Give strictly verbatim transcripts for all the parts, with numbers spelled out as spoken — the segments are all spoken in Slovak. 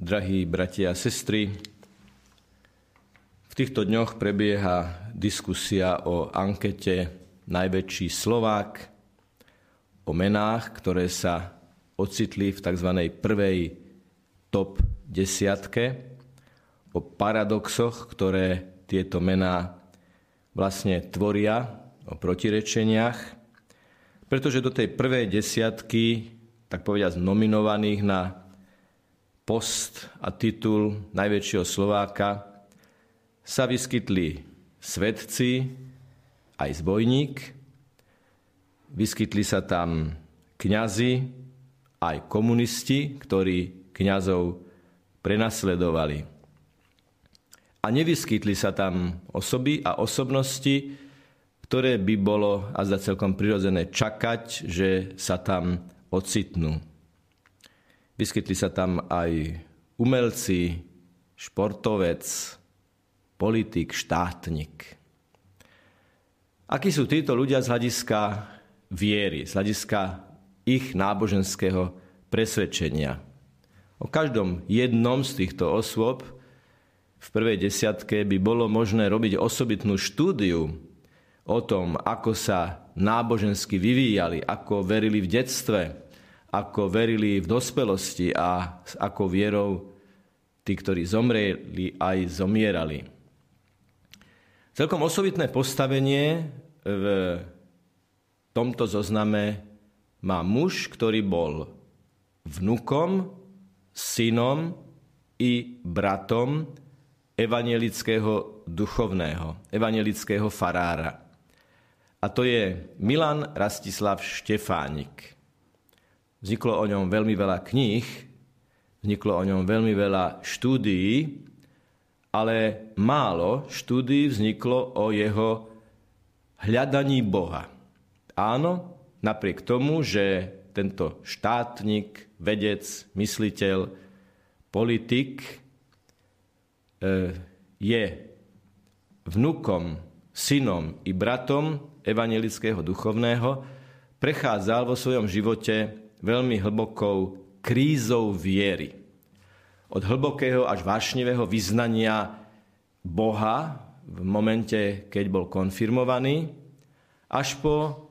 drahí bratia a sestry, v týchto dňoch prebieha diskusia o ankete Najväčší Slovák, o menách, ktoré sa ocitli v tzv. Prvej top desiatke, o paradoxoch, ktoré tieto mená vlastne tvoria, o protirečeniach, pretože do tej prvej desiatky, tak povediať, nominovaných na post a titul Najväčšieho Slováka sa vyskytli svedci, aj zbojník, vyskytli sa tam kňazi, aj komunisti, ktorí kňazov prenasledovali. A nevyskytli sa tam osoby a osobnosti, ktoré by bolo azda celkom prirodzené čakať, že sa tam ocitnú. Vyskytli sa tam aj umelci, športovec, politik, štátnik. Akí sú títo ľudia z hľadiska viery, z hľadiska ich náboženského presvedčenia? O každom jednom z týchto osôb v prvej desiatke by bolo možné robiť osobitnú štúdiu o tom, ako sa nábožensky vyvíjali, ako verili v detstve, ako verili v dospelosti a s akou vierou tí, ktorí zomreli, aj zomierali. Celkom osobitné postavenie v tomto zozname má muž, ktorý bol vnukom, synom i bratom evanjelického duchovného, evanjelického farára. A to je Milan Rastislav Štefánik. Vzniklo o ňom veľmi veľa kníh, vzniklo o ňom veľmi veľa štúdií, ale málo štúdií vzniklo o jeho hľadaní Boha. Áno, napriek tomu, že tento štátnik, vedec, mysliteľ, politik je vnukom, synom i bratom evanjelického duchovného, prechádzal vo svojom živote veľmi hlbokou krízou viery. Od hlbokého až vášnivého vyznania Boha v momente, keď bol konfirmovaný, až po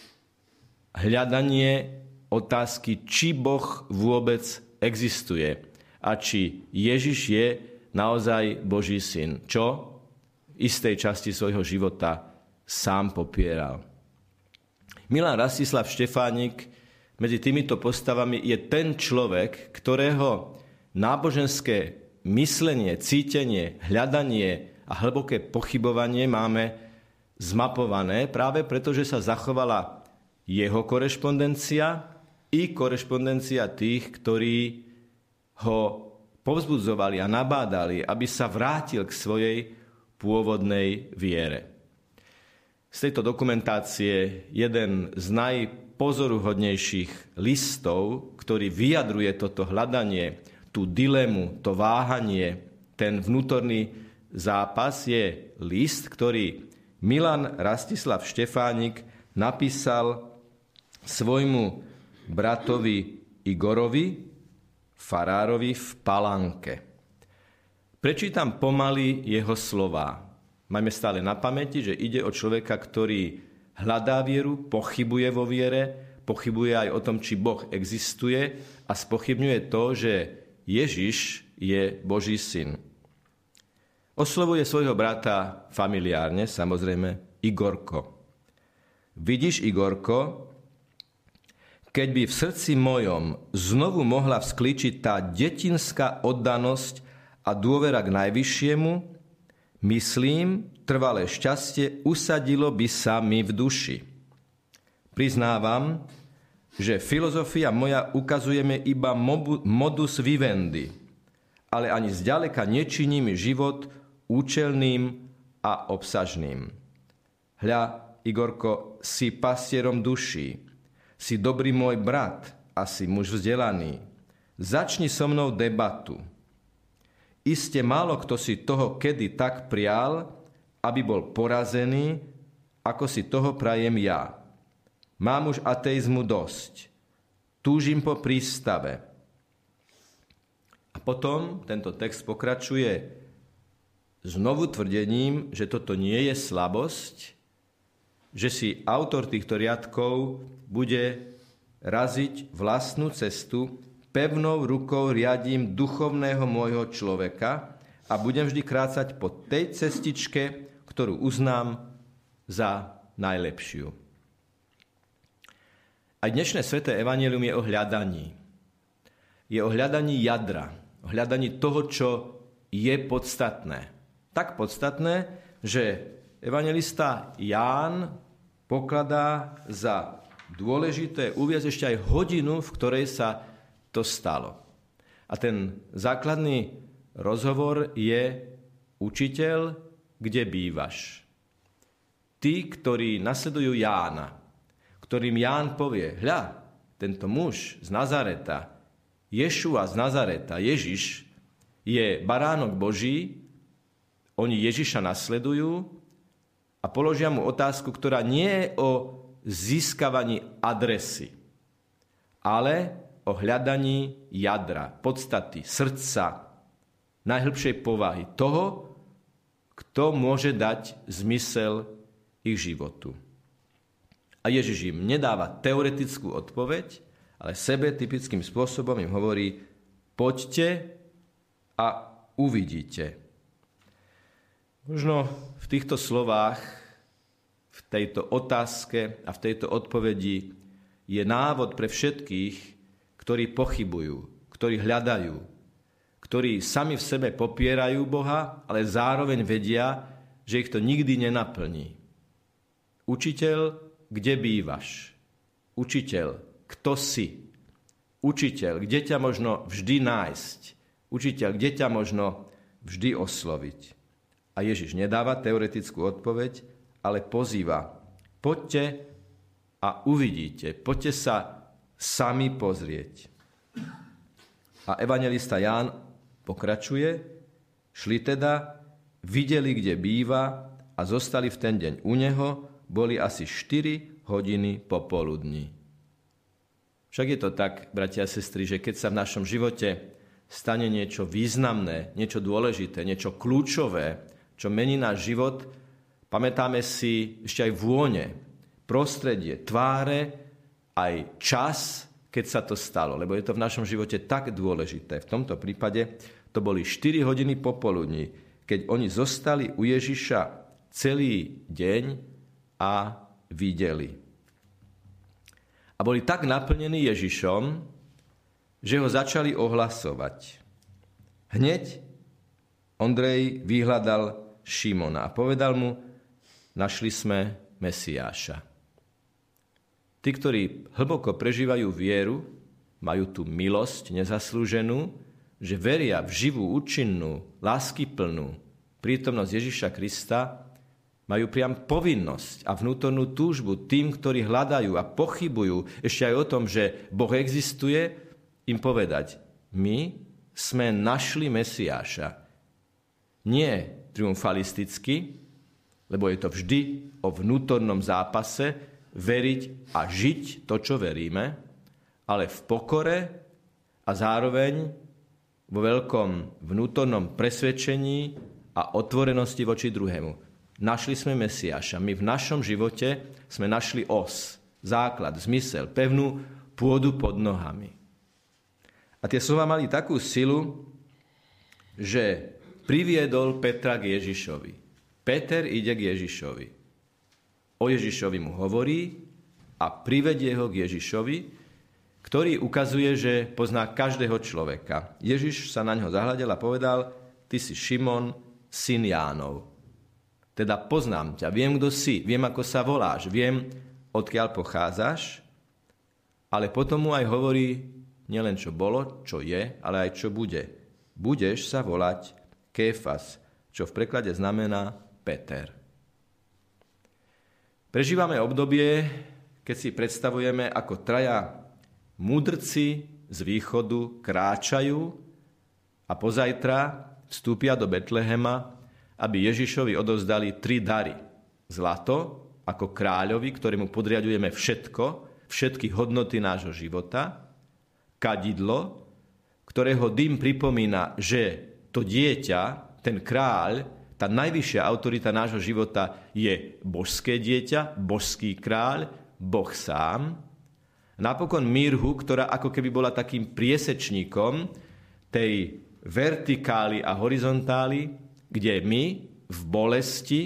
hľadanie otázky, či Boh vôbec existuje a či Ježiš je naozaj Boží syn, čo v istej časti svojho života sám popieral. Milan Rastislav Štefánik medzi týmito postavami je ten človek, ktorého náboženské myslenie, cítenie, hľadanie a hlboké pochybovanie máme zmapované práve preto, že sa zachovala jeho korešpondencia i korešpondencia tých, ktorí ho povzbudzovali a nabádali, aby sa vrátil k svojej pôvodnej viere. Z tejto dokumentácie jeden z najpozoruhodnejších listov, ktorý vyjadruje toto hľadanie, tú dilemu, to váhanie, ten vnútorný zápas, je list, ktorý Milan Rastislav Štefánik napísal svojmu bratovi Igorovi, farárovi v Palánke. Prečítam pomaly jeho slová. Majme stále na pamäti, že ide o človeka, ktorý hľadá vieru, pochybuje vo viere, pochybuje aj o tom, či Boh existuje a spochybňuje to, že Ježiš je Boží syn. Oslovuje svojho brata familiárne, samozrejme, Igorko. Vidíš, Igorko, keď by v srdci mojom znovu mohla vzklíčiť tá detinská oddanosť a dôvera k Najvyššiemu, myslím, trvalé šťastie usadilo by sa mi v duši. Priznávam, že filozofia moja ukazuje mi iba modus vivendi, ale ani zďaleka nečiní mi život účelným a obsažným. Hľa, Igorko, si pastierom duší, si dobrý môj brat a si muž vzdelaný. Začni so mnou debatu. Iste málo kto si toho kedy tak prial, aby bol porazený, ako si toho prajem ja. Mám už ateizmu dosť. Túžim po prístave. A potom tento text pokračuje znovu tvrdením, že toto nie je slabosť, že si autor týchto riadkov bude raziť vlastnú cestu, pevnou rukou riadím duchovného môjho človeka a budem vždy kráčať po tej cestičke, ktorú uznám za najlepšiu. Aj dnešné sväté evanjelium je o hľadaní. Je o hľadaní jadra, o hľadaní toho, čo je podstatné. Tak podstatné, že evanjelista Ján pokladá za dôležité uviesť ešte aj hodinu, v ktorej sa to stalo. A ten základný rozhovor je: učiteľ, kde bývaš? Tí, ktorí nasledujú Jána, ktorým Ján povie: hľa, tento muž z Nazareta, Ješua z Nazareta, Ježiš, je baránok Boží, oni Ježiša nasledujú a položia mu otázku, ktorá nie je o získavaní adresy, ale o hľadaní jadra, podstaty, srdca, najhlbšej povahy toho, kto môže dať zmysel ich životu. A Ježiš im nedáva teoretickú odpoveď, ale sebe typickým spôsobom im hovorí: poďte a uvidíte. Možno v týchto slovách, v tejto otázke a v tejto odpovedi je návod pre všetkých, ktorí pochybujú, ktorí hľadajú, ktorí sami v sebe popierajú Boha, ale zároveň vedia, že ich to nikdy nenaplní. Učiteľ, kde bývaš? Učiteľ, kto si? Učiteľ, kde ťa možno vždy nájsť? Učiteľ, kde ťa možno vždy osloviť? A Ježiš nedáva teoretickú odpoveď, ale pozýva: poďte a uvidíte, poďte sa sami pozrieť. A evanjelista Ján pokračuje: šli teda, videli, kde býva a zostali v ten deň u neho, boli asi štyri hodiny popoludní. Však je to tak, bratia a sestry, že keď sa v našom živote stane niečo významné, niečo dôležité, niečo kľúčové, čo mení náš život, pamätáme si ešte aj vône, prostredie, tváre, aj čas, keď sa to stalo, lebo je to v našom živote tak dôležité. V tomto prípade to boli štyri hodiny popoludní, keď oni zostali u Ježiša celý deň a videli. A boli tak naplnení Ježišom, že ho začali ohlasovať. Hneď Ondrej vyhľadal Šimona a povedal mu: našli sme Mesiáša. Tí, ktorí hlboko prežívajú vieru, majú tú milosť nezaslúženú, že veria v živú, účinnú, láskyplnú prítomnosť Ježiša Krista, majú priam povinnosť a vnútornú túžbu tým, ktorí hľadajú a pochybujú ešte aj o tom, že Boh existuje, im povedať: my sme našli Mesiáša. Nie triumfalisticky, lebo je to vždy o vnútornom zápase veriť a žiť to, čo veríme, ale v pokore a zároveň vo veľkom vnútornom presvedčení a otvorenosti voči druhému. Našli sme Mesiáša. My v našom živote sme našli os, základ, zmysel, pevnú pôdu pod nohami. A tie slova mali takú silu, že priviedol Petra k Ježišovi. Peter ide k Ježišovi. O Ježišovi mu hovorí a privedie ho k Ježišovi, ktorý ukazuje, že pozná každého človeka. Ježiš sa na ňo zahľadil a povedal: ty si Šimon, syn Jánov. Teda poznám ťa, viem, kto si, viem, ako sa voláš, viem, odkiaľ pochádzaš, ale potom mu aj hovorí nielen čo bolo, čo je, ale aj čo bude. Budeš sa volať Kéfas, čo v preklade znamená Peter. Prežívame obdobie, keď si predstavujeme, ako traja múdrci z východu kráčajú a pozajtra vstúpia do Betlehema, aby Ježišovi odovzdali tri dary. Zlato, ako kráľovi, ktorému podriadujeme všetko, všetky hodnoty nášho života, kadidlo, ktorého dym pripomína, že to dieťa, ten kráľ, tá najvyššia autorita nášho života je božské dieťa, božský kráľ, Boh sám. Napokon mirhu, ktorá ako keby bola takým priesečníkom tej vertikály a horizontály, kde my v bolesti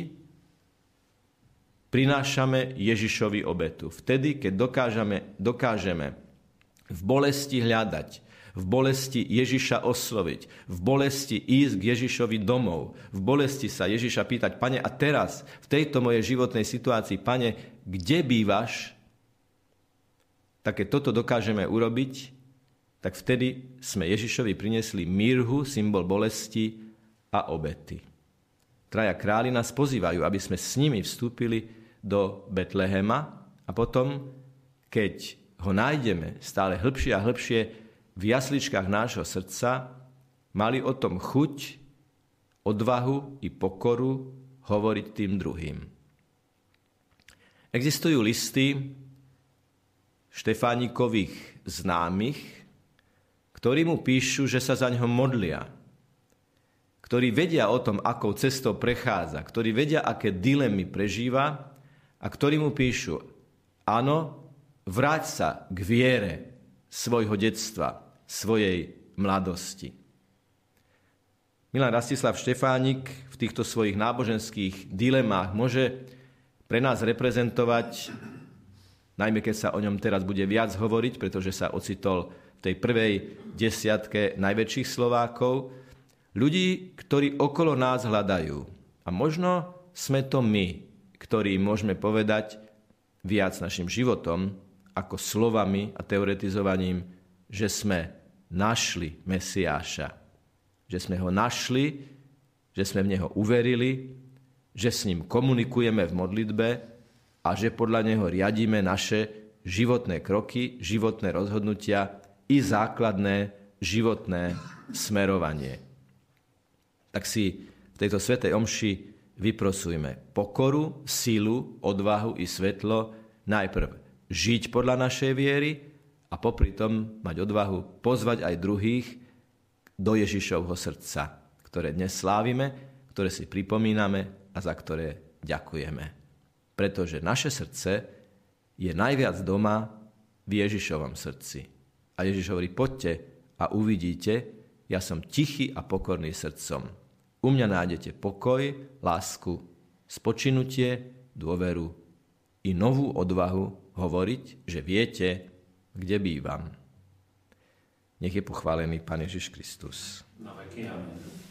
prinášame Ježišovi obetu. Vtedy, keď dokážeme, dokážeme v bolesti hľadať, v bolesti Ježiša osloviť, v bolesti ísť k Ježišovi domov, v bolesti sa Ježiša pýtať: Pane, a teraz, v tejto mojej životnej situácii, Pane, kde bývaš? Tak keď toto dokážeme urobiť, tak vtedy sme Ježišovi priniesli mirhu, symbol bolesti a obety. Traja králi nás pozývajú, aby sme s nimi vstúpili do Betlehema a potom, keď ho nájdeme stále hlbšie a hlbšie v jasličkách nášho srdca, mali o tom chuť, odvahu i pokoru hovoriť tým druhým. Existujú listy Štefánikových známych, ktorí mu píšu, že sa za ňo modlia, ktorí vedia o tom, akou cestou prechádza, ktorí vedia, aké dilemy prežíva a ktorí mu píšu: áno, vráť sa k viere svojho detstva, svojej mladosti. Milan Rastislav Štefánik v týchto svojich náboženských dilemách môže pre nás reprezentovať, najmä keď sa o ňom teraz bude viac hovoriť, pretože sa ocitol v tej prvej desiatke najväčších Slovákov, ľudí, ktorí okolo nás hľadajú. A možno sme to my, ktorí môžeme povedať viac našim životom ako slovami a teoretizovaním, že sme našli Mesiáša. Že sme ho našli, že sme v neho uverili, že s ním komunikujeme v modlitbe a že podľa neho riadíme naše životné kroky, životné rozhodnutia i základné životné smerovanie. Tak si v tejto svätej omši vyprosujme pokoru, silu, odvahu i svetlo najprv žiť podľa našej viery a popri tom mať odvahu pozvať aj druhých do Ježišovho srdca, ktoré dnes slávime, ktoré si pripomíname a za ktoré ďakujeme. Pretože naše srdce je najviac doma v Ježišovom srdci. A Ježiš hovorí: poďte a uvidíte, ja som tichý a pokorný srdcom. U mňa nájdete pokoj, lásku, spočinutie, dôveru i novú odvahu hovoriť, že viete, kde bývam. Nech je pochválený Pán Ježiš Kristus. Na veky amen.